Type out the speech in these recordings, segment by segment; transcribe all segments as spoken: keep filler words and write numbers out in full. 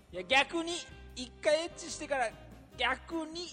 いや逆に一回エッチしてから逆に。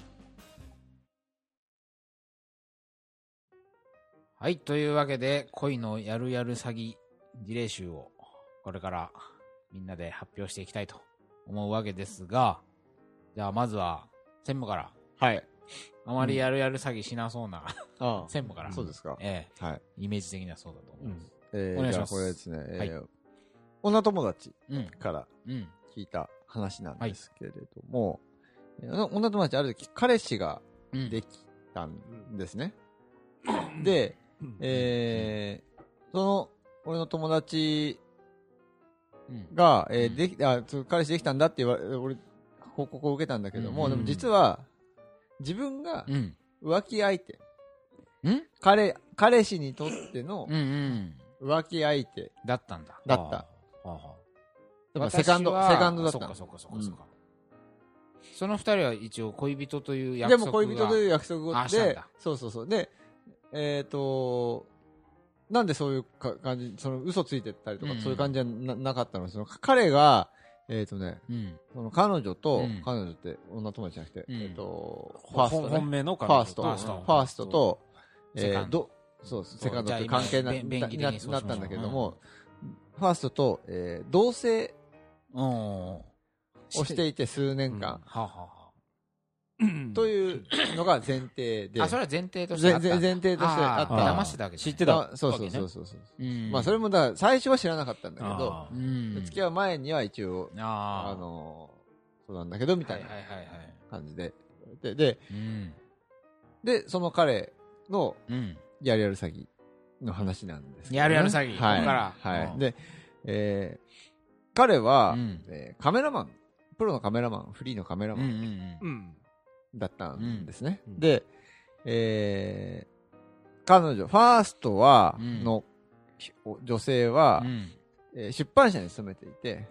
はい、というわけで恋のやるやる詐欺事例集をこれからみんなで発表していきたいと思うわけですが、じゃあまずは専務から。 はい。 あまりやるやる詐欺しなそうな、うん、 専務から。 そうですか。 ええ、はい。イメージ的にはそうだと思います。うん、えー、お願いします。じゃあこれですね、えーはい、女友達から聞いた話なんですけれども、うんうん、女友達ある時彼氏ができたんですね。うん、で、えー、その俺の友達が、えー、できあ彼氏できたんだって言われ俺報告を受けたんだけども、うんうん、でも実は自分が浮気相手、うん、彼彼氏にとっての浮気相手だったんだ。 だった。だからセカンドセカンドだった。 そうかそうかそうかそうか。うん、その二人は一応恋人という約束が。 でも恋人という約束があって、そうそうそうでえっ、ー、となんでそういう感じその嘘ついてたりとか、うん、そういう感じじゃ な, なかったの。その彼がえっ、ー、とね、うん、その彼女と、うん、彼女って女友達じゃなくて、うん、えっ、ー、とファースト、ね、 本命の彼女、 ファースト、ファースト、ファーストと、えー、どそうセカンドって関係 な, な, なったんだけども、うん、ファーストと、えー、同棲をしていて数年間、うんはあはあ、というのが前提で、 あ、それは前提としてあった。 前提としてあった。 騙してたわけ、ね、 知ってた。そうそうそうそうそう、うん。まあそれもだから最初は知らなかったんだけど、うん、付き合う前には一応ああのそうなんだけどみたいな感じで、でで、うん、でその彼のやるやる詐欺の話なんですけど、ね、 やるやる詐欺、 はい、 ここからはい、で、えー、彼は、うんえー、カメラマン、プロのカメラマン、フリーのカメラマン。うんうんうんだったんですね。うん、で、えー、彼女、ファーストは、うん、の女性は、うんえー、出版社に勤めていて、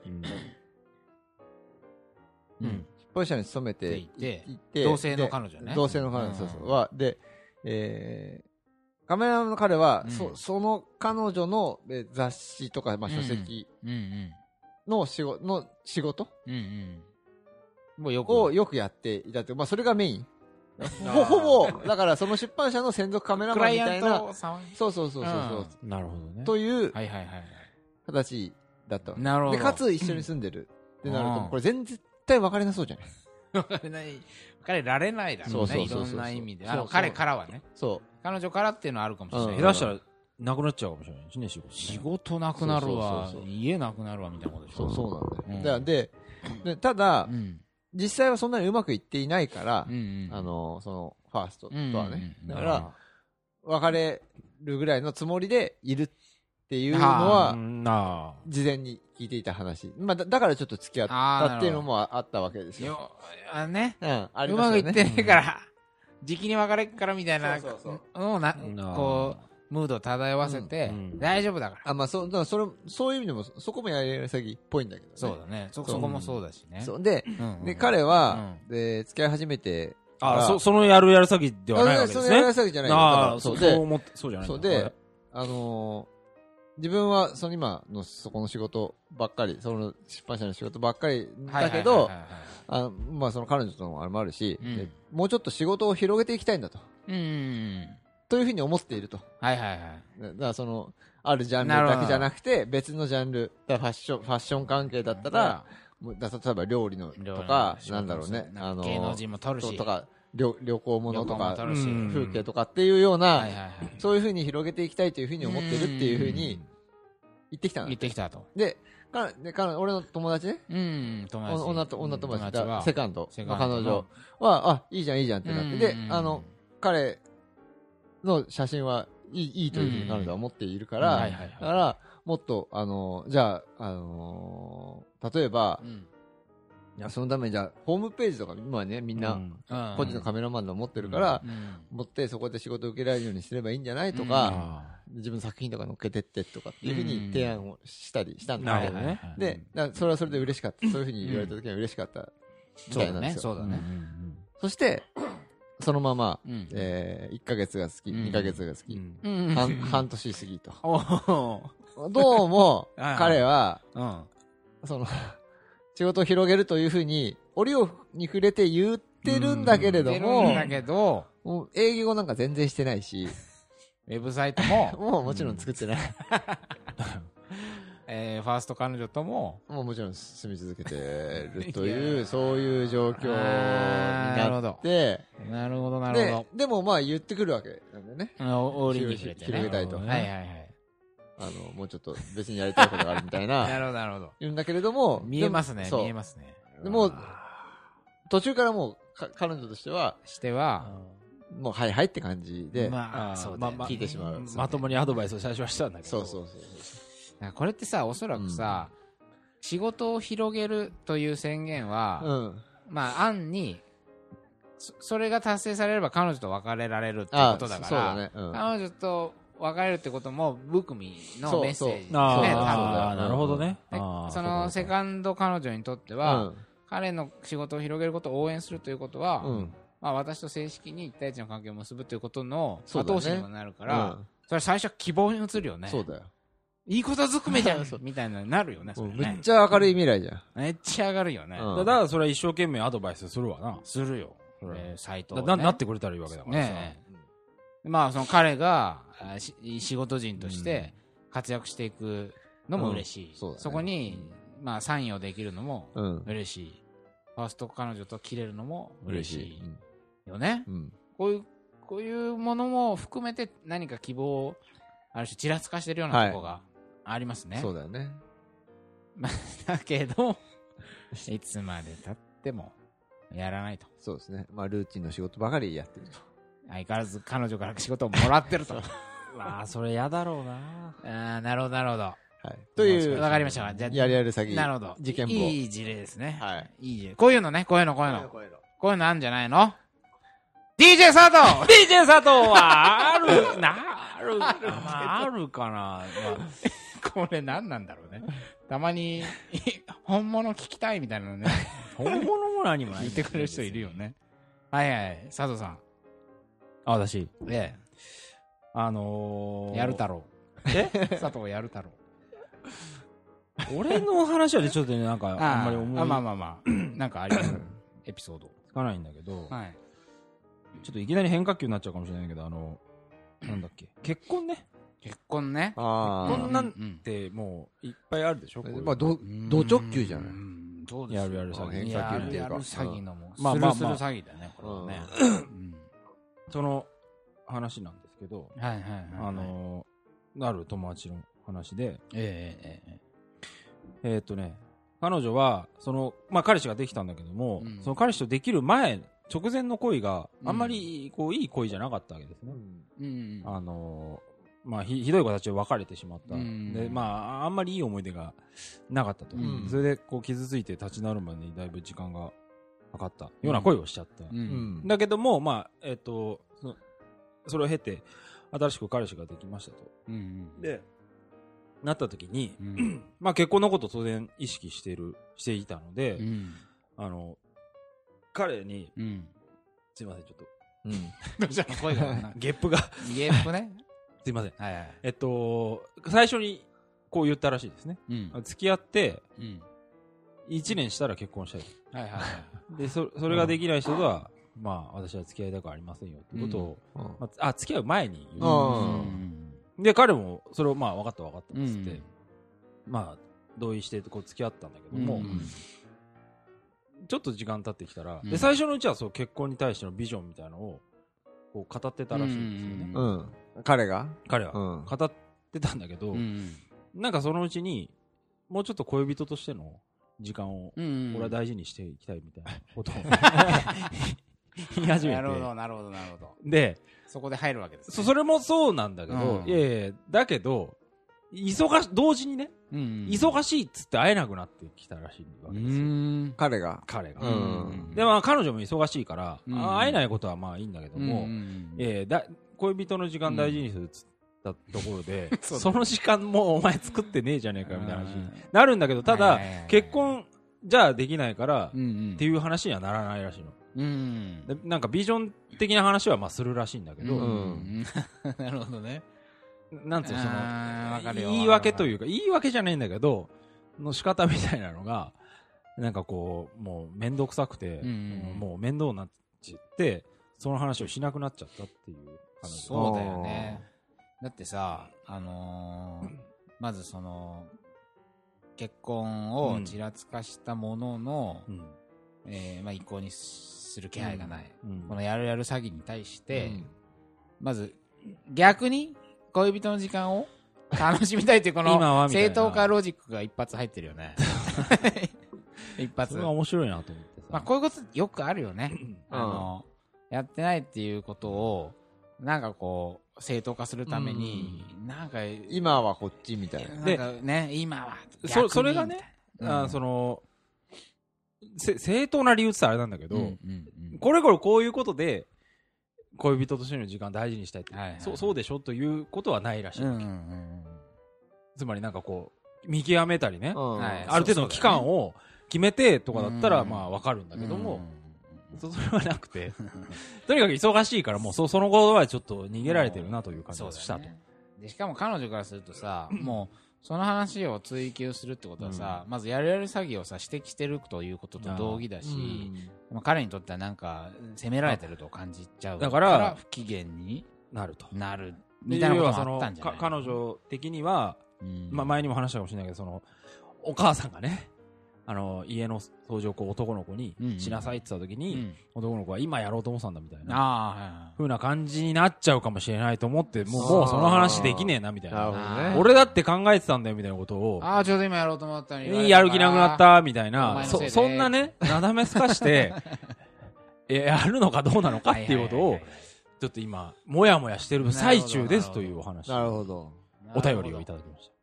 うんうん、出版社に勤めていて、 同性の彼女ね。 同性の彼女、そうそうは、で、えー、カメラマンの彼は、うん、そその彼女の雑誌とか、まあ、書籍の仕事、の仕事、うんうんもうよくをよくやっていたって、まあそれがメイン。ほ, ほぼだからその出版社の専属カメラマンみたいな、そうそうそうそうそう、 うん、なるほどね。 という形だった。 なるほど。 でかつ一緒に住んでるってなると、うん、これ全絶対別れなそうじゃない。 別れない、別れられないだろうね。いろんな意味で。あの彼からはね。そう。彼女からっていうのはあるかもしれない。 下手したらなくなっちゃうかもしれないしね、仕事。 仕事なくなるわ、家なくなるわみたいなことでしょ。 そうそうなんだよ。うん、で、でただ。うん実際はそんなにうまくいっていないから、うんうん、あのそのファーストとはね、うんうん、だから別れるぐらいのつもりでいるっていうのは事前に聞いていた話、まあ、だ, だからちょっと付き合ったっていうのもあったわけですよ。よあね、うん、ありますよね。うまくいってないから、うん、時期に別れっからみたいなそうそうそうなこうムードを漂わせて、うんうん、大丈夫だから。 あ、まあ、そう、だからそれ、そういう意味でも、そこもやりやり詐欺っぽいんだけどね。 そうだね。そ、そこもそうだしね。 そう。で、うんうん、で、彼は、うん、で、付き合い始めて、 あ、そ、そのやるやる詐欺ではないわけですね。 そのやるやる詐欺じゃない。 ああ、そう、そう思って、そうじゃない。 そうで、あのー、自分は、その今の、そこの仕事ばっかり、その出版社の仕事ばっかりだけど、あまあ、その彼女とのあれもあるし、うん、もうちょっと仕事を広げていきたいんだと。うん。というふうに思っていると。 はいはいはい。 だからその、あるジャンルだけじゃなくて、別のジャンル、だファッション、ファッション関係だったら、だ例えば料理のとか、なんだろうね、あの、 芸能人も撮るし。 とか、旅旅行ものとか、風景とかっていうような、そういうふうに広げていきたいというふうに思ってるっていうふうに言ってきたの。 言ってきたと。 で、かでか俺の友達ね、 うん、友達。 女と女友達だ、セカンドの彼女は、あ、いいじゃんいいじゃんってなって、で、あの、彼、の写真はいい、いいというふうに彼女は思っているから、だから、もっと、あのー、じゃあ、あのー、例えば、うん、いや、そのためにじゃあ、ホームページとか、今ね、みんな、個人のカメラマンの持ってるから、うんうん、持ってそこで仕事を受けられるようにすればいいんじゃないとか、うん、自分の作品とか載っけてってとかっていうふうに提案をしたりしたんだけどね。で、それはそれで嬉しかった。そういうふうに言われた時は嬉しかった。みたいなんですよ。 そうだね。 そして、そのまま、うんえー、いっかげつが好き、うん、にかげつが好き、うん、半, 半年過ぎと。どうも、彼は、うん、その、 仕事を広げるというふうに、折をに触れて言ってるんだけれども、言ってるんだけど、 もう営業なんか全然してないし、 ウェブサイトも、 もうもちろん作ってない。 えー、ファースト彼女とも、 もうもちろん住み続けてるという、そういう状況になって、 なるほど、なるほど。 で、でもまあ言ってくるわけなんだよね。 おりに触れてね。 広げたいと。 はいはいはい。 あの、もうちょっと別にやりたいことがあるみたいな。 なるほど、なるほど。 言うんだけれども、 見えますね、見えますね。 でも、途中からもう、彼女としては、 しては、 もうはいはいって感じで、 まあ、そうだ、 聞いてしまう。 まともにアドバイスを最初はしたんだけど。 そうそうそう。 これってさ、おそらくさ、仕事を広げるという宣言は、まあ、案に、それが達成されれば彼女と別れられるってことだから、彼女と別れるってことも、含みのメッセージね、 ああ、なるほどね。 そのセカンド彼女にとっては、彼の仕事を広げることを応援するということは、まあ、私と正式に一対一の関係を結ぶということの後押しにもなるから、それ最初は希望に移るよね。 そうだよ。 いいことずくめじゃんみたいなになるよね。 めっちゃ明るい未来じゃん。 めっちゃ上がるよね。 だからそれは一生懸命アドバイスするわな。 するよ。サイトななってくれたらいいわけだからさ。 まあその彼が仕事人として活躍していくのも嬉しい。そこにまあ参与できるのも嬉しい。ファースト彼女と切れるのも嬉しいよね。こういうこういうものも含めて何か希望をある種ちらつかしてるようなところがありますね。 そうだよね。 だけどいつまで経ってもやらないと。 そうですね。まあルーチンの仕事ばかりやってると。 相変わらず彼女から仕事をもらってると。 まあそれ嫌だろうな。ああ、なるほどなるほど。はい。 というわかりました。じゃあやりやる詐欺。 なるほど。 事件簿。 いい事例ですね。 はい。 いい事例。こういうのね、こういうのこういうのこういうのあるんじゃないの？ ディージェー 佐藤ディージェー 佐藤はあるなあるまああるかな、まあ、これ何なんだろうね。たまに本物聞きたいみたいなのね。 本物も何もない言ってくれる人いるよね。はいはい、佐藤さん。 あ、私。 ええ。 あのー、 やる太郎。 え佐藤やる太郎。 俺の話はね、ちょっとね、なんか、あんまり思い。 あ、まあまあまあ。なんかあります。エピソード。 つかないんだけど、 はい。 ちょっといきなり変化球になっちゃうかもしれないけど、あの、なんだっけ、結婚ね。 結婚ね。 ああ。結婚なんてもういっぱいあるでしょ。 まあ、ど、ど直球じゃない。 そうです。 やるやる詐欺。 変化球っていうか。 やる詐欺のも。 まあまあする詐欺だね、これはね。 その話なんですけど、 はいはいはい。 あの、ある友達の話で、 えええええっとね、彼女は、その、まあ彼氏ができたんだけども、その彼氏とできる前、直前の恋があんまりこういい恋じゃなかったわけですね。 うん、 あのまあ ひ, ひどい形で別れてしまった、うん、でまああんまりいい思い出がなかったと、うん、それでこう傷ついて立ち直るまでにだいぶ時間がかかったような恋をしちゃった、うん、だけどもまあえっ、ー、と そ, それを経て新しく彼氏ができましたと、うん、でなった時に、うん、まあ結婚のことを当然意識しているしていたので、うん、あの彼に、うん、すいませんちょっと、うん、 どうしたの声がゲップがゲップねすいません、 はいはい、 えっと最初にこう言ったらしいですね、うん、付き合っていちねんしたら結婚したい、はいはいはい、で そ, それができない人とは、うん、まあ私は付き合いたくありませんよってことを、うんまあ、あ付き合う前に言う、うん、で彼もそれをまあ分かった分かったっつって、うん、まあ同意してこう付き合ったんだけども、うんちょっと時間経ってきたら、うん、で最初のうちはそう結婚に対してのビジョンみたいなのをこう語ってたらしいんですよね。 うんうん、彼が彼は、うん、語ってたんだけど、うん、なんかそのうちにもうちょっと恋人としての時間を俺は大事にしていきたいみたいなことを言い始めて。 なるほどなるほどなるほど。 でそこで入るわけですね。 そ, それもそうなんだけど、うん、いやいやだけど忙し同時にね、うんうん、忙しいっつって会えなくなってきたらしいわけですよ。 彼が彼が、うん、でまあ彼女も忙しいから、うん、会えないことはまあいいんだけども、うん、えー、だ恋人の時間大事にするっつったところで、うん、その時間もお前作ってねえじゃねえかみたいな話になるんだけど、ただ結婚じゃあできないからっていう話にはならないらしいの。うん、でなんかビジョン的な話はまあするらしいんだけど、うん、 なるほどね。 なんつうのその言い訳というか言い訳じゃないんだけどの仕方みたいなのがなんかこう、もうめんどくさくて、うんうん、もう面倒になっちゃって、その話をしなくなっちゃったっていう彼女。 そうだよね。だってさ、あのー、まずその、結婚をちらつかしたものの、うん、えー、まあ、移行にする気配がない。うんうん、このやるやる詐欺に対して、うん、まず、逆に恋人の時間を楽しみたいっていうこの正当化ロジックが一発入ってるよね。一発。 それが面白いなと思ってさ。 まあ、こういうことよくあるよね。あの、やってないっていうことを、なんかこう、正当化するために、うん、なんか、 今はこっちみたいな。 なんかね、今は逆に。そ、それがね、うん、あその、せ、正当な理由って言ったらあれなんだけど、うんうんうん、これこれこういうことで、恋人としての時間を大事にしたいって、はいはいはい、そう、そうでしょということはないらしい、うんうんうん。つまりなんかこう、見極めたりね、うん、ある程度の期間を決めてとかだったら、まあわかるんだけども、それはなくて、とにかく忙しいからもうそ、その後はちょっと逃げられてるなという感じがしたと。ね、 でしかも彼女からするとさ、もう、その話を追求するってことはさ、うん、まずやるやる詐欺をさ指摘してるということと同義だし、うん、彼にとってはなんか責められてると感じちゃうだから不機嫌になるとなるみたいなことがあったんじゃない？ 彼女的には、うん、まあ前にも話したかもしれないけど、そのお母さんがね、あの家の掃除をこう男の子にしなさいって言った時に、うんうん、男の子は今やろうと思ってたんだみたいな、あ、はいはい、風な感じになっちゃうかもしれないと思って、もう、もうその話できねえなみたいな、ね、俺だって考えてたんだよみたいなことを、 ああちょうど今やろうと思ったのにやる気なくなったみたいな、そ, そんなねなだめすかしてやるのかどうなのかっていうことをちょっと今もやもやしてる最中ですというお話、 なるほど、 お便りをいただきました。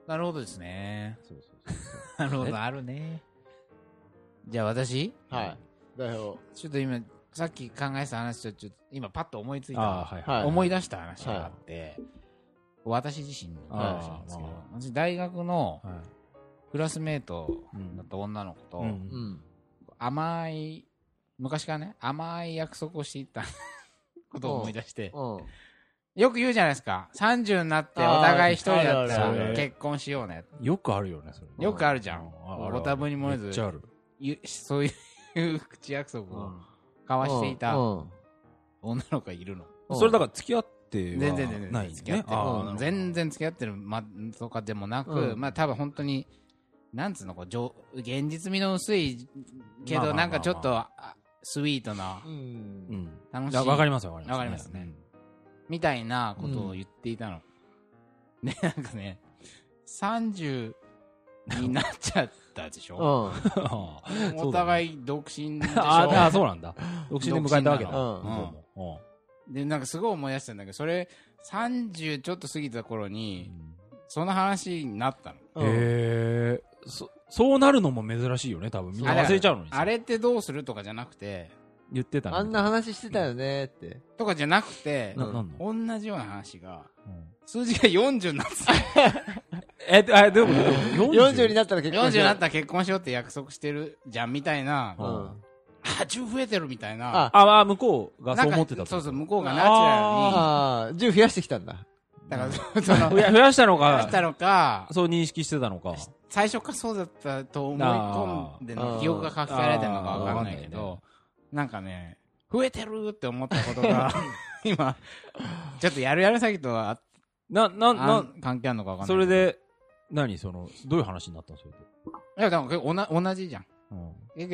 なるほどですね。そうそうそうなるほど、あるね。じゃあ私、 はい。だよ。 ちょっと今、さっき考えてた話と、ちょっと今パッと思いついた、はいはい、思い出した話があって、はい、私自身の話なんですけど、私大学のクラスメートだった女の子と、うんうん、甘い、昔からね、甘い約束をしていったことを思い出して、うんうん、よく言うじゃないですか。さんじゅうになってお互い一人だったら結婚しようね。 よくあるよね、それ。 よくあるじゃん。ご多分に漏れず。 めっちゃある。 そういう口約束を交わしていた女の子がいるの。 それだから付き合っては全然全然ない。付き合ってる。全然付き合ってるとかでもなく、まあ多分本当に、なんつうの、こう、現実味の薄いけど、なんかちょっとスイートな、 楽しい。わかりますよ、わかりますね。みたいなことを言っていたの。で、なんかね、さんじゅうになっちゃったでしょ、うん、お互い独身でしょああ、そうなんだ。独身で迎えたわけだ。 うん、で、なんかすごい思い出したんだけど、それ、さんじゅうちょっと過ぎた頃に、その話になったの。 へー。そ、そうなるのも珍しいよね、多分。みんな忘れちゃうのに。 あれってどうするとかじゃなくて、 言ってたあんな話してたよねって。 とかじゃなくて、同じような話が、数字がよんじゅうになってた。 え、あ、どういうこと ?よんじゅう になったら結婚しよう。 よんじゅうになったら結婚しようって約束してるじゃんみたいな、あ、じゅう増えてるみたいな。 あ、あ、向こうがそう思ってた。 そうそう、向こうがナチュラルに。 ああ、じゅう増やしてきたんだ。 だから、その、 増やしたのか、 増やしたのか、 そう認識してたのか。 最初からそうだったと思い込んでの記憶が書き換えられてるのかわかんないけど、なんかね、増えてるって思ったことが、今、ちょっとやるやる詐欺とは、 な、な、な、 関係あるのかわかんない。 それで、何その、どういう話になったんですか？ いや、でもおな、同じじゃん。うん、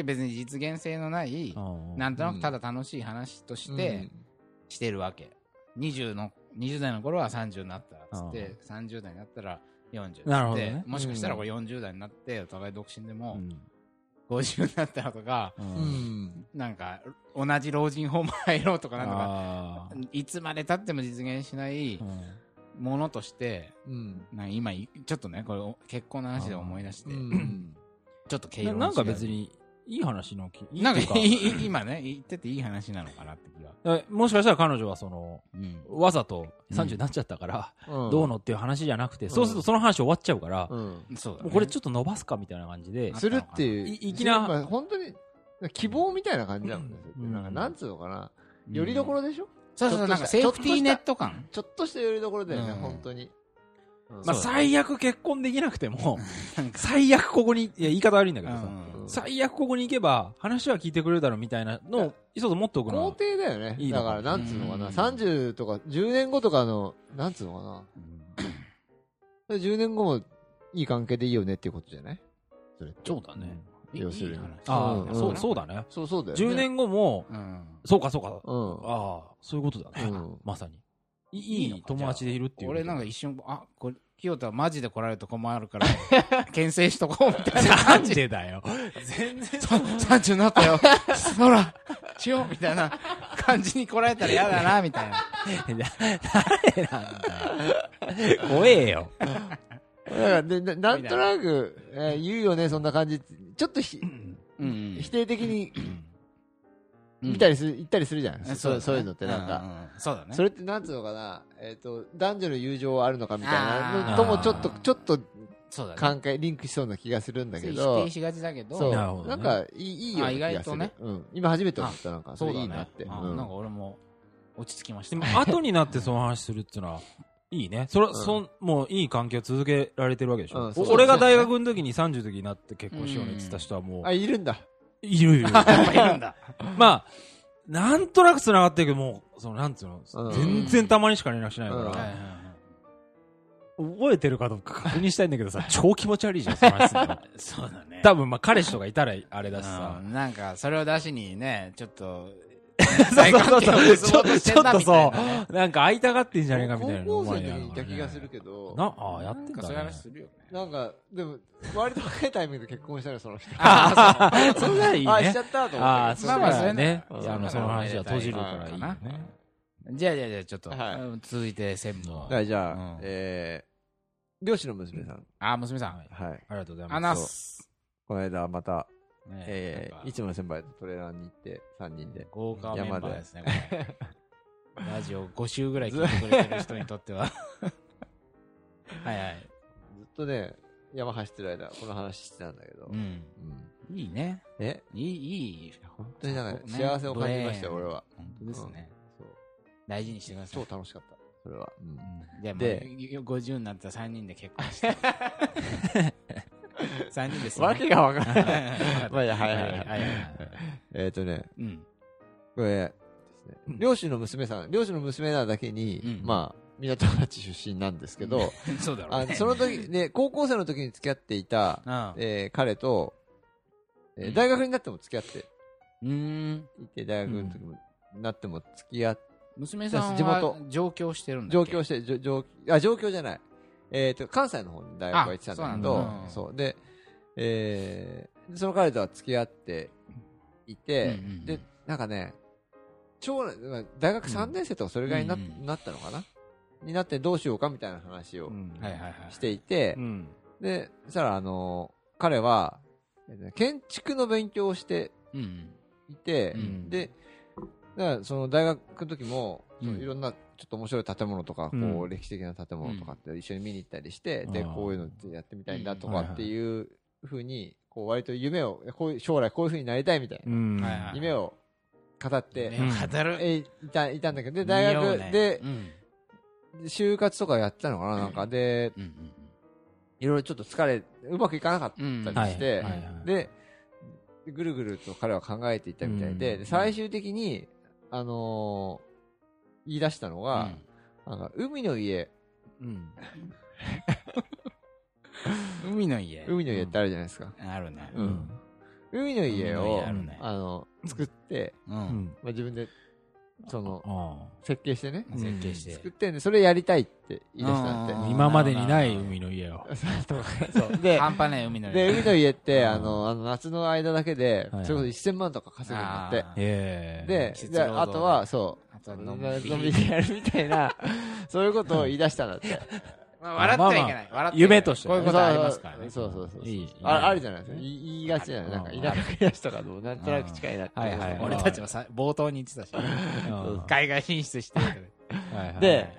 別に実現性のない、なんとなくただ楽しい話として、してるわけ。にじゅうの、にじゅう代の頃はさんじゅうになったら、つって、さんじゅう代になったらよんじゅう。 なるほどね。 もしかしたらこれよんじゅう代になって、お互い独身でも、ごじゅうになったらとか、うん、なんか、同じ老人ホーム入ろうとかなんとか、いつまで経っても実現しないものとして、うん、なんか今、ちょっとね、これ結婚の話で思い出して、うん、ちょっと経路なんか別に、いい話の気なんか今ね、言ってていい話なのかなって気が。 もしかしたら彼女はその、うん、わざとさんじゅうになっちゃったから、うん、どうのっていう話じゃなくて、うん、そうするとその話終わっちゃうから、うん、そうだね、これちょっと伸ばすかみたいな感じで。 するっていう。 い、いきな、 まあ、本当に、希望みたいな感じなのね。うん、なんか、なんつうのかな。よりどころでしょ、うん、 そうそう、なんかセーフティーネット感ちょっとしたよりどころだよね、うん、本当に。 まあ最悪結婚できなくても、最悪ここに、いや言い方悪いんだけどさ、最悪ここに行けば話は聞いてくれるだろうみたいなのをいっそと持っておくのは。 肯定だよね。だからなんつうのかな、さんじゅうとかじゅうねんごとかの、なんつうのかな。じゅうねんごもいい関係でいいよねっていうことじゃない？それそうだね。 要するに。 ああ、そう、そうだね。 そうそうだよね。 じゅうねんごも、そうかそうか。ああ、そういうことだね。まさに。いい友達でいるっていう。 俺なんか一瞬、あ、これ、清田はマジで来られると困るから、牽制しとこうみたいな感じ。 なんでだよ。全然。 さんじゅうになったよ。ほら、しようみたいな感じに来られたら嫌だな、みたいな。 誰なんだよ。怖えよ。 だからでななんとなく、えー、言うよね、そんな感じ。ちょっとひ、うん、否定的に、見たりする、言ったりするじゃん。うん、そう、そういうのってなんか、うんうん。 そうだね。 それってなんつうのかな、えっ、ー、と、男女の友情はあるのかみたいなのともちょっと、ちょっと、関係、リンクしそうな気がするんだけど。 否定しがちだけど。 そう。なるほどね、なんか、いい、いいような気がする。意外とね。うん。今初めて思った、なんか、それいいなって。 うん、なんか俺も、落ち着きました。 でも、後になってその話するっていうのは、いいね。それ、うん、そん、もういい関係を続けられてるわけでしょ。うん、そうそう俺が大学の時にさんじゅうの時になって結婚しようねって言った人はもう。 あ、いるんだ。 いるいる。 やっぱいるんだ。 まあ、なんとなく繋がってるけど、もう、その、なんつうの、うん、全然たまにしか連絡しないから、うん、覚えてるかどうか確認したいんだけどさ、超気持ち悪いじゃん、その話するの。 そうだね。 多分、まあ、彼氏とかいたらあれだしさ。 うん、なんか、それを出しにね、ちょっと、 そうそうそう。ちょっとそう。なんか会いたがってんじゃねえかみたいな。 高校生の時にいた気がするけど。 な、ああ、やってんだね。 そういう話するよね。 なんか、でも、割と早いタイミングで結婚したらその人。 ああ、そうだいいね。 あ、しちゃったと思って。ああ、まあまあ、それね。あの、その話は閉じるからいいね。 じゃあじゃあじゃあ、ちょっと、続いて専務を。じゃあ、えー、漁師の娘さん。 あ、娘さん。 はい。 ありがとうございます。 あなす。 この間また、ね、えー、いつもの先輩とトレーラーに行ってさんにんで豪華メンバーですねこれラジオご週ぐらい聞いてくれてる人にとってははいはい、 ずっとね山走ってる間この話してたんだけど、うんうん、いいねえいいいい本当になんか幸せを感じましたよ、俺は本当ですね、うん、そう大事にしてください超楽しかったそれは、うん、 じゃあもうごじゅうになったらさんにんで結婚してさんにんですね。 わけがわからない。まあいや、はいはいはい。えっとね、これですね、漁師の娘さん、漁師の娘なだけに、まあ、港町出身なんですけど、 そうだろうね。 その時、ね、高校生の時に付き合っていた、え彼と、大学になっても付き合っていて、大学の時になっても付き合って、 娘さんは上京してるんだっけ？上京して、上あ、上京じゃない。えっと、関西の方に大学は行ってたんだけど、そう。で、えー、その彼とは付き合っていて、で、なんかね、超、大学さんねん生とかそれぐらいになったのかなになってどうしようかみたいな話をしていて、で、そしたらあの、彼は、建築の勉強をしていて、で、だからその大学の時も、いろんなちょっと面白い建物とか、こう歴史的な建物とかって一緒に見に行ったりして、で、こういうのやってみたいんだとかっていうふうに、こう割と夢を、こういう将来こういうふうになりたいみたいな、夢を語って、 語るいた、いたんだけど、で、大学で、就活とかやってたのかななんかで、いろいろちょっと疲れ、うまくいかなかったりして、で、ぐるぐると彼は考えていったみたいで、最終的に、あのー、言い出したのが、うん、なんか海の家、うん、 海の家海の家ってあるじゃないですか。 うん、あるね、 うん。海の家を、ね、あの作って、うんまあ、自分でその設計してね、 設計して作ってんでそれやりたいって言い出したんで、 今までにない海の家を。 そうで半端ない海の家。 で海の家ってあのあの夏の間だけでそれこそいっせんまんとか稼ぐんだって。で、であとはそうのんびりやるみたいなそういうことを言い出したんだって。 まあ、笑ってはいけない。笑ってはいけない。 夢として。 こういうことありますからね。 そうそうそう。いい。ああるじゃないですか。言いがちじゃない。なんか、田舎暮らしとかもなんとなく近いなって。 はいはい。俺たちもさ、冒頭に言ってたし。海外進出してるけど。 で、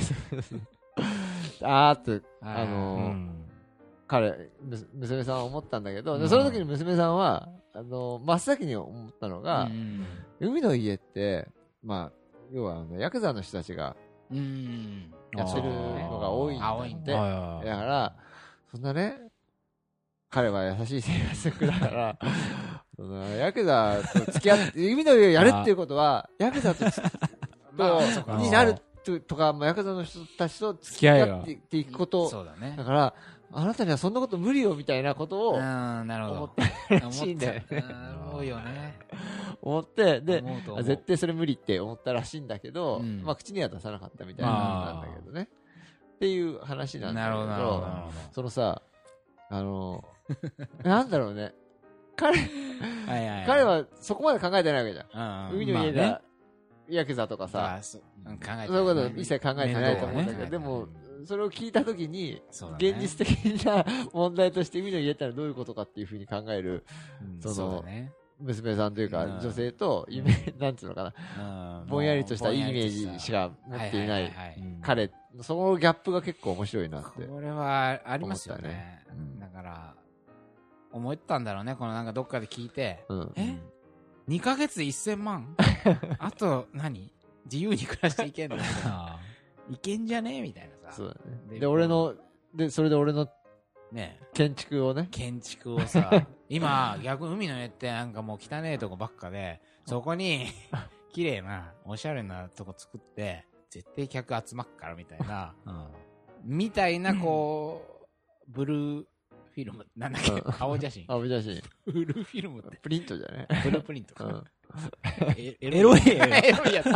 あーって、あの、彼、娘さんは思ったんだけど、その時に娘さんは、あの、真っ先に思ったのが、海の家って、まあ、要は、ヤクザの人たちが、 やってるのが多いんだって。だから、そんなね、彼は優しい生活力だから、ヤクザと付き合って、海の上をやるっていうことは、ヤクザと、と、になるとか、ヤクザの人たちと付き合っていくこと。 そうだね。 だから、あなたにはそんなこと無理よみたいなことを思ってるらしいんだよね。 思うよね。 思って、で、絶対それ無理って思ったらしいんだけど、まあ口には出さなかったみたいなんだけどね。っていう話なんだけど、そのさ、あの、なんだろうね。彼、彼はそこまで考えてないわけじゃん。海の家でヤクザとかさ、そういうこと一切考えてないと思うんだけど、でも、それを聞いたときに、現実的な問題として海の家ってのはどういうことかっていうふうに考える、その、娘さんというか女性と夢、なんつうのかな、ぼんやりとしたいいイメージしか持っていない彼、そのギャップが結構面白いなって。 これはありますよね。だから、思ったんだろうね、このなんかどっかで聞いて、えにかげつせんまんあと何自由に暮らしていけんのいけんじゃねえみたいなさ。 そうだね。で、俺の、で、それで俺の、 ね建築をね。 建築をさ、今、逆に海の家ってなんかもう汚えとこばっかで、そこに、綺麗な、おしゃれなとこ作って、絶対客集まっからみたいな、うん、みたいな、こう、ブルーフィルム、なんだっけ、うん、青写真。 青写真。 ブルーフィルムって。 プリントじゃねブループリントか。うんエロいエロいやつ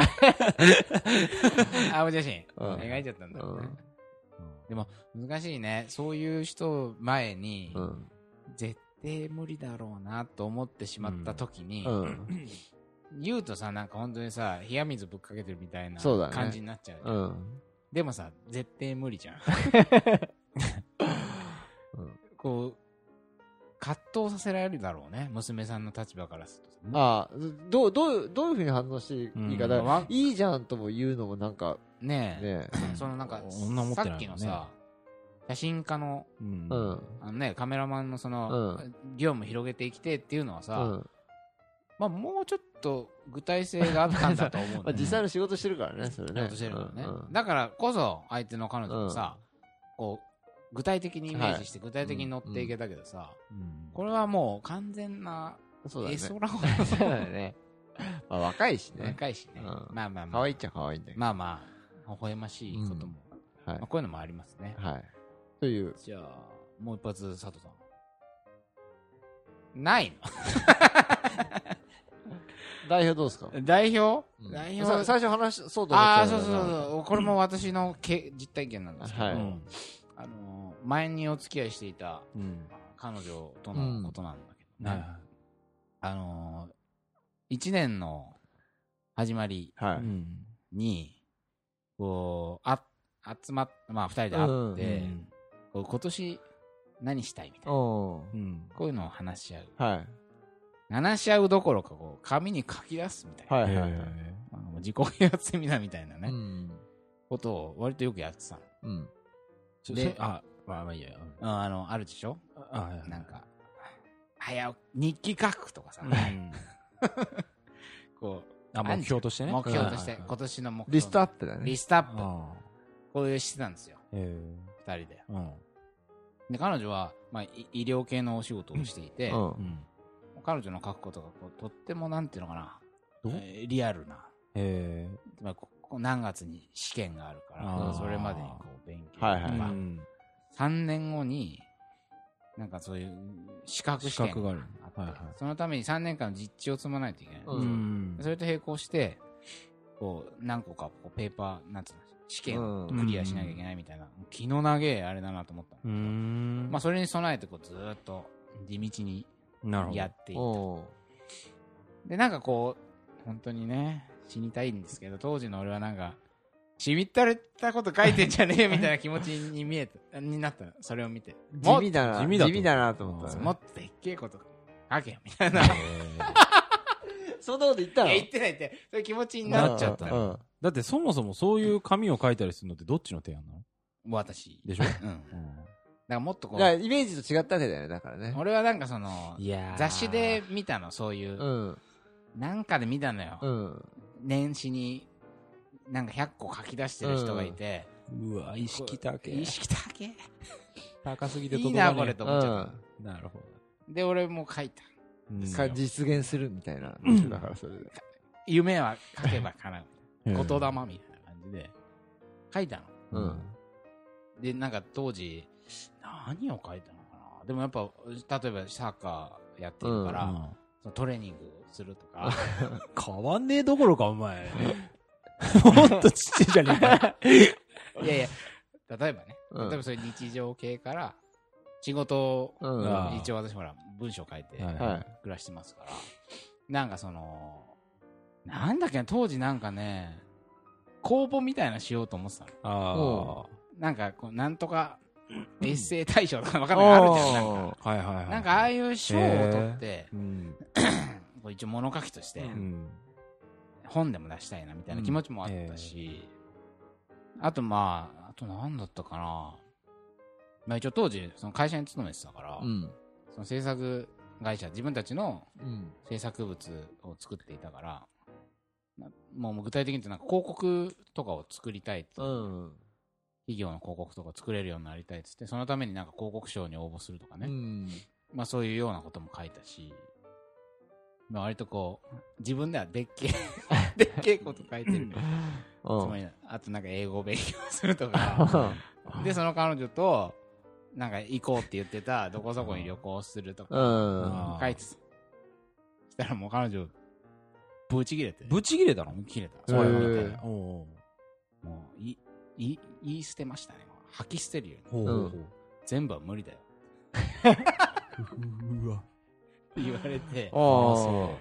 青写真、うん、描いちゃったんだろうね、うん、でも難しいねそういう人前に、うん、絶対無理だろうなと思ってしまった時に、うん、言うとさなんか本当にさ冷や水ぶっかけてるみたいな感じになっちゃうじゃん、うん、でもさ絶対無理じゃん、うん、こう葛藤させられるだろうね娘さんの立場からするとああどうどうどういうふうに反応していいか、うん、だいいじゃんとも言うのもなんかねえねそのなんかさっきのさ写真家の、うん、あのねカメラマンのその、うん、業務広げていきてっていうのはさ、うん、まあもうちょっと具体性があったんだと思うんだ、ねまあ実際の仕事してるからねそれね仕事してるからね、うんうん、だからこそ相手の彼女もさ、うん、こう具体的にイメージして具体的に乗っていけたけどさ、はいうん、これはもう完全な絵空をそうだねまあ若いしね若いしね、うん、まあまあまあ可愛いっちゃ可愛いんだけどまあまあ微笑ましいことも、うんはいまあ、こういうのもありますねはいというじゃあもう一発佐藤さんないの代表どうですか代表、 うん、代表最初話そうと思ってたああそうそうそうこれも私のけ実体験なんですけど、はいうんあのー、前にお付き合いしていた、うん、彼女とのことなんだけどね、うんはいはい、あのー、いちねんの始まりに、はい、こうあ集まっまあふたりで会って、うん、こう今年何したいみたいな、うん、こういうのを話し合う、はい、話し合うどころかこう紙に書き出すみたいな、はいはいはい、自己啓発セミナーみたいなね、うん、ことを割とよくやってたの、うんで、あ、まあまあいいや。うん、あの、あるでしょあ、はいはい、なんか、早日記書くとかさ、うん、こう、 あ、目標としてね。 目標として、今年の目標。 リストアップだね。 リストアップ。こういうしてたんですよ。二人で、うん。で、彼女は、まあ、医療系のお仕事をしていて、うんうん、彼女の書くことがこう、とってもなんていうのかな、えー、リアルな。へまあ何月に試験があるからそれまでにこう勉強、はいはいまあ、さんねんごになんかそういう資格試験があって、はいはい、そのためにさんねんかんの実地を積まないといけない、うん、それと並行してこう何個かこうペーパーなんつうの試験をクリアしなきゃいけないみたいな、うん、気の長いあれだなと思ったんだけど、うんまあ、それに備えてこうずーっと地道にやっていったでなんかこう本当にね死にたいんですけど当時の俺はなんかしみったれたこと書いてんじゃねえみたいな気持ちに見えたになったそれを見て地味だな地味だ地味だなと思った、ね、 もっとでっけえこと書けよみたいなそんなこと言ったのいや言ってないってそういう気持ちになっちゃったのだってそもそもそういう紙を書いたりするのってどっちの提案なの私でしょ、うんうん、だからもっとこうだからイメージと違ったわけだよねだからね俺はなんかその雑誌で見たのそういう、うん、なんかで見たのよ、うん年始になんかひゃっこ書き出してる人がいて、 うわ、意識高け。 意識高け。 高すぎて届かねえ。いいな、これと思っちゃった。 なるほど。 で、俺も書いた。 実現するみたいな。だからそれで。 夢は書けば叶う。言霊みたいな感じで。書いたの。うん。で、なんか当時、何を書いたのかな。でもやっぱ、例えばサッカーやってるから、うんうん、そのトレーニングをするとか。 変わんねえどころか、お前。もっとちっちゃいじゃねえか。 いやいや、例えばね、うん、例えばそういう日常系から、仕事、うん、一応私ほら、文章書いて暮らしてますから、はい、なんかその、なんだっけな、当時なんかね、公募みたいなしようと思ってたの。あなんかこう、なんとか、エッセイ大賞とかわかんないあるじゃん。なんか、はいはいはい、なんかああいう賞を取って、うん、一応物書きとして、うん、本でも出したいなみたいな気持ちもあったし、うん、あとまあ、あとなんだったかな。まあ一応当時、その会社に勤めてたから、うん、その制作会社、自分たちの制作物を作っていたから、うん、もう具体的に言うとなんか広告とかを作りたいって、うん、企業の広告とか作れるようになりたいっつって、そのためになんか広告賞に応募するとかね、うん、まあそういうようなことも書いたし、まあ割とこう、自分ではでっけえ、でっけえこと書いてるつもりな。あとなんか英語を勉強するとか、で、その彼女と、なんか行こうって言ってた、どこそこに旅行するとか、書いてた。したらもう彼女、ブチ切れて。 ブチ切れたの切れた。そういうのもう、い、い、言い捨てましたね。吐き捨てるように。うん、全部は無理だよ。うわ。言われて。ああ、そう。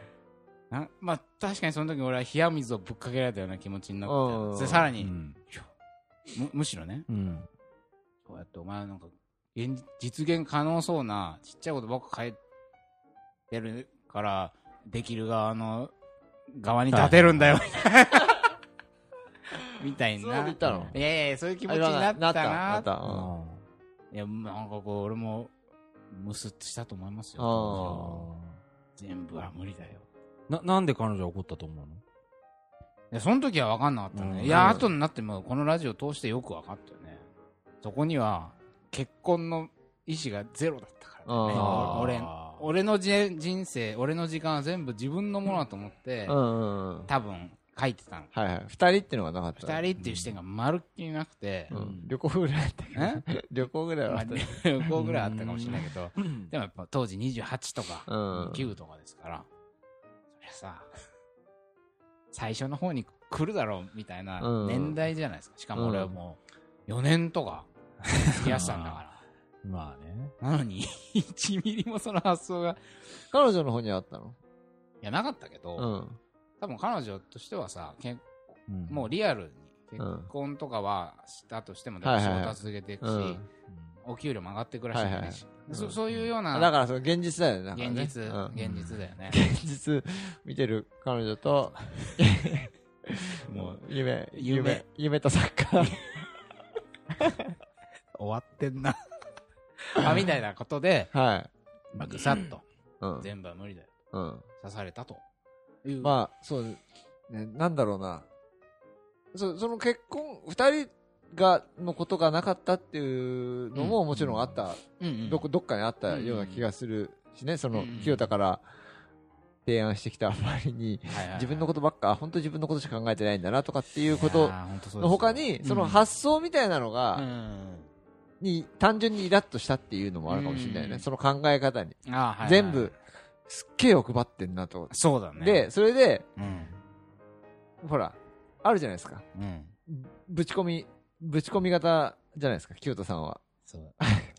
なまあ、確かにその時俺は冷や水をぶっかけられたような気持ちになって。で、さらに、うん、む、むしろね、うん、こうやってお前なんか、現実現可能そうなちっちゃいことばっか書いてるからできる側の側に立てるんだよ、はい、みたいな。そう言ったの？いやいやそういう気持ちになったな。なったなった、うん、いやなんかこう俺もムスッとしたと思いますよ。全部は無理だよ。 ななんで彼女は怒ったと思うの？ いやその時は分かんなかったね、うん、いや後になってもこのラジオを通してよく分かったよね。そこには結婚の意思がゼロだったからね。俺、俺の人生、俺の時間は全部自分のものだと思って、うん、多分書いてたの。 はいはい。二人っていうのがなかった。 二人っていう視点がまるっきりなくて、 うん、旅行ぐらいあったけど。旅行ぐらいはあった、まあ。旅行ぐらいあったかもしれないけど、でもやっぱ当時にじゅうはちとか、うん、きゅうとかですから、そりゃさ、最初の方に来るだろうみたいな年代じゃないですか。しかも俺はもうよねんとか、付き合ってたんだから。 まあね。 なのに、いちミリもその発想が。 彼女の方にはあったの？ いや、なかったけど、うん、多分彼女としてはさ、けんうん、もうリアルに結婚とかはしたとしても、でも仕事は続けていくし、はいはいはい、お給料も上がっていくらしいんで、ね、そ, そういうような。 だからその現実だよね。 現実、うん、現実だよね。 現実見てる彼女と、もう夢、夢、夢とサッカー。 終わってんな。まあ、みたいなことで、はい。まあ、ぐさっと、うん、全部は無理だよ。うん。刺されたという。 まあ、そう、ね、なんだろうな。そ, その結婚、二人が、のことがなかったっていうのももちろんあった。うんうん、ど, どっかにあったような気がするしね、その、清田から提案してきた周りに、自分のことばっか、本当自分のことしか考えてないんだなとかっていうことの他に、その発想みたいなのが、に単純にイラッとしたっていうのもあるかもしれないね。その考え方に。全部、すっげえ欲張ってんなと。 そうだね。 で、それで、ほら、あるじゃないですか。ぶち込み、ぶち込み型じゃないですか、清田さんは。そう。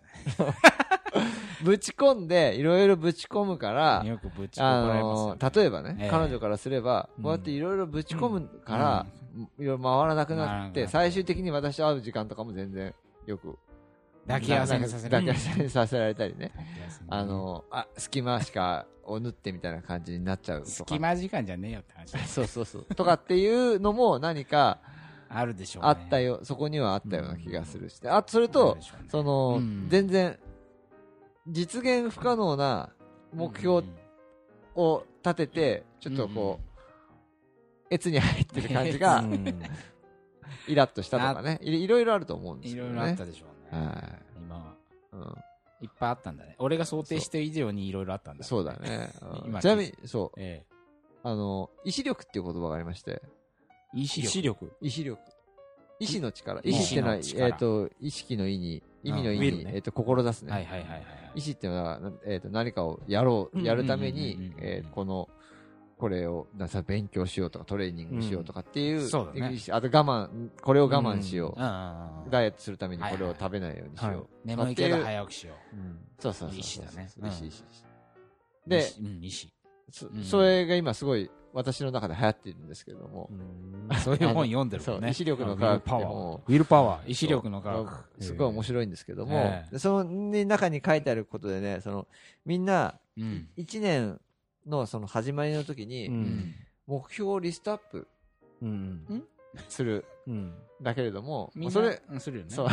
ぶち込んで、いろいろぶち込むから、 よくぶち込まれますよね。 例えばね、えー、彼女からすれば、こうやっていろいろぶち込むから、いろいろ回らなくなって、最終的に私と会う時間とかも全然よく、 抱き合わせにさせられたり、抱き合わせにさせられたりね。あの、あ、隙間しかを縫ってみたいな感じになっちゃうとか。 隙間時間じゃねえよって話。 そうそうそう。とかっていうのも何か、 あるでしょうね。 あったよ、そこにはあったような気がするし。あと、それと、その、全然、実現不可能な目標を立てて、ちょっとこう、越に入ってる感じが、 イラッとしたとかね、いろいろあると思うんですよね。 いろいろあったでしょうね。はい。今は。うん。いっぱいあったんだね。俺が想定して以上にいろいろあったんだ。 そうだね。ちなみに、そう。ええ。あの、意志力っていう言葉がありまして。 意志力意志力。意志の力。意志ってのは、えっと、意識の意に、意味の意に、えっと、志すね。はいはいはい。意志っていうのは、えっと、何かをやろう、やるために、えこの、これを、さ、勉強しようとか、トレーニングしようとかっていう、そうだね。あと我慢、これを我慢しよう。ダイエットするためにこれを食べないようにしよう。 眠いけど早起きしよう。 そうそうそう。 意志だね。 意志、意志。で、意志。それが今すごい私の中で流行っているんですけれども。 そういう本読んでるもんね。 意志力の科学。ウィルパワー。 意志力の科学。 すごい面白いんですけども、その中に書いてあることでね、その、みんな、一年のその始まりの時に、目標をリストアップする。だけれども、 それ、するよね。 そう。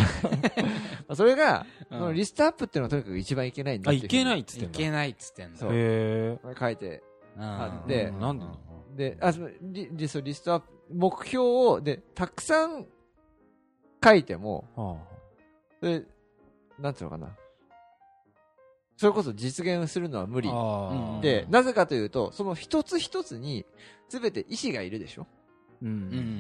それが、リストアップっていうのはとにかく一番いけないんだって。 あ、いけないっつってんだ。いけないっつってんだ。 そう。へー。書いてあって、 なんでなので、あ、リリストアップ、目標を、で、たくさん書いても、で、なんていうのかな。それこそ実現するのは無理。で、なぜかというと、その一つ一つに、すべて意志がいるでしょ。うん、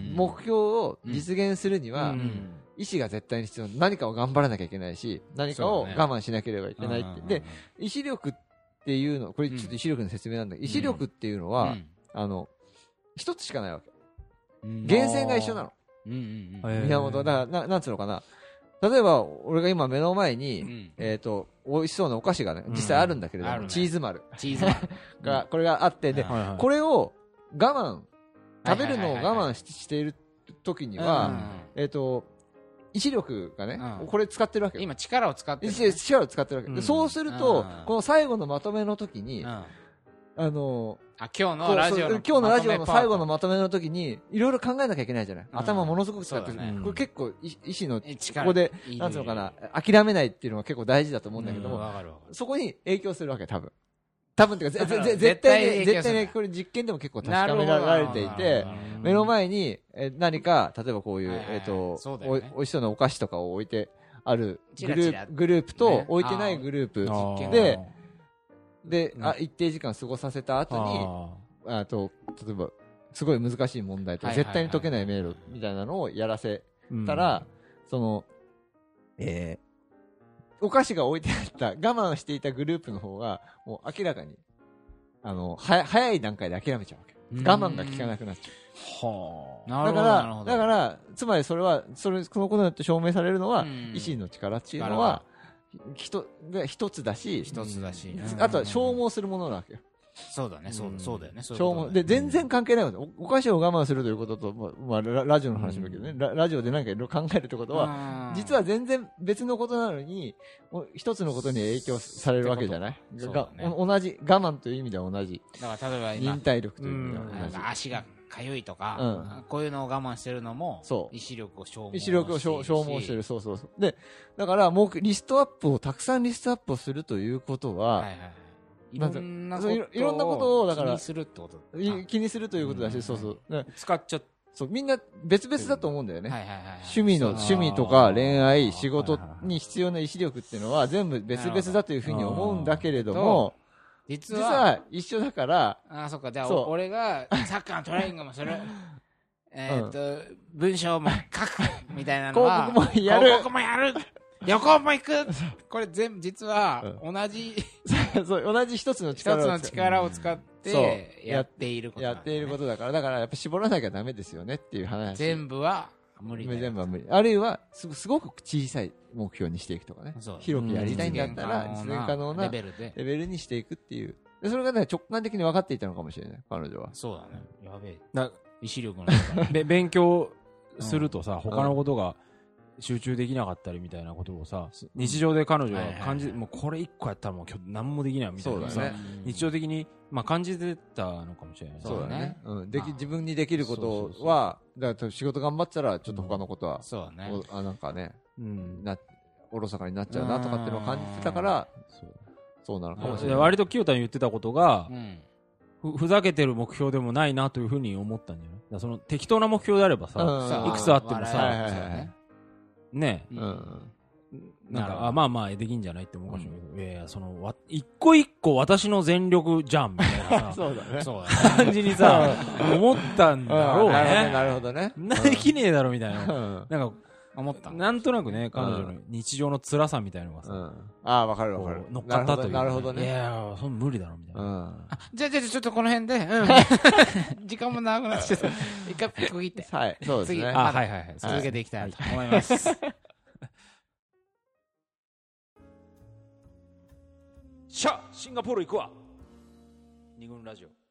目標を実現するには、意志が絶対に必要。何かを頑張らなきゃいけないし、何かを我慢しなければいけないって。で、意志力っていうの、これちょっと意志力の説明なんだけど、意志力っていうのは、あの、一つしかないわけ。源泉が一緒なの。源。だから、な、なんつうのかな。例えば、俺が今目の前に、えっと、美味しそうなお菓子がね、実際あるんだけれども、チーズ丸。 チーズ丸。 が、これがあって、で、これを我慢、食べるのを我慢している時には、えっと、意志力がね、これ使ってるわけよ。 今力を使ってる。 力を使ってるわけ。そうすると、この最後のまとめの時に、あの、 あ、今日のラジオの今日のラジオの最後のまとめの時に、いろいろ考えなきゃいけないじゃない。頭ものすごく使ってる。これ結構、意志の、ここで、なんつうのかな、諦めないっていうのは結構大事だと思うんだけども、そこに影響するわけ、多分。多分っていうか、絶対に、絶対に、これ実験でも結構確かめられていて、目の前に何か、例えばこういう、えっと、おいしそうなお菓子とかを置いてあるグループ、グループと置いてないグループで、で、あ、一定時間過ごさせた後に、あと、例えば、すごい難しい問題とか、絶対に解けない迷路みたいなのをやらせたら、その、えー、お菓子が置いてあった、我慢していたグループの方が、もう明らかに、あの、は、早い段階で諦めちゃうわけ。我慢が効かなくなっちゃう。はあ。だから、だから、つまりそれは、それ、そのことによって証明されるのは、意志の力っていうのは、一一つだし、 一つだし、 あとは消耗するものなわけよ。 そうだね、そうだ、そうだよね。 消耗で全然関係ないわけ。お菓子を我慢するということと、まあラジオの話もだけどね、ラジオで何かいろいろ考えるってことは、実は全然別のことなのに、一つのことに影響されるわけじゃない。が同じ我慢という意味では同じ。 だから例えば今忍耐力という意味では同じ。 足がかゆいとか、うん、こういうのを我慢してるのも、意志力を消耗してる。 意志力を消耗してる、そうそうそう。で、だから、もうリストアップを、たくさんリストアップをするということは、はいはいはい、 いろんなことをいろんなことをだから気にするってこと気にするということだし、そうそう。 使っちゃそう、みんな別々だと思うんだよね。趣味の、趣味とか恋愛、仕事に必要な意志力っていうのは全部別々だというふうに思うんだけれども、実は一緒だから、 ああ、そっか、じゃあ俺がサッカーのトレーニングもする。えっと、文章も書くみたいなのは、 広告もやる。 広告もやる。旅行も行く。これ全部実は同じ、 そう、同じ一つの力を一つの力を使ってやっていること、 やっていることだから、だからやっぱ絞らなきゃダメですよねっていう話。 全部は無理だよ。 全部は無理。あるいはす、すごく小さい目標にしていくとかね。広くやりたいんだったら、実現可能なレベルでレベルにしていくっていう。でそれがね、直感的に分かっていたのかもしれない、彼女は。 そうだね。やべえ。 だ意志力の中勉強するとさ、他のことが集中できなかったりみたいなことをさ、日常で彼女は感じ、もうこれ一個やったらもう今日何もできないみたいなさ、日常的に、まあ感じてたのかもしれない。 そうだね。うん。でき、自分にできることは、だから仕事頑張ってたら、ちょっと他のことは、 そうだね。 あ、なんかね、うん、な、おろそかになっちゃうなとかっていうのを感じてたから、そう。そうなのかもしれない。 割と清田に言ってたことが、ふ、ふざけてる目標でもないなというふうに思ったんじゃない？ だその適当な目標であればさ、いくつあってもさ、ねえ、なんか、あ、まあまあ、できんじゃないって思うかもしれないけど、いやいや、その、一個一個私の全力じゃん、みたいなさ、 そうだね。 そうだね。感じにさ、思ったんだろうね。 なるほどね。 できねえだろ、みたいな。なんか、 思った。 なんとなくね、彼女の日常の辛さみたいなのがさ、 ああ、わかるわかる。 乗っかったという。 なるほどね。 いやそん無理だろ、みたいな。 じゃあ、じゃあ、ちょっとこの辺で、うん。時間も長くなっちゃった。一回区切って。 はい、そうですね。 次、あ、はいはいはい。続けていきたいと思います。 シャシンガポール行くわ二軍ラジオ。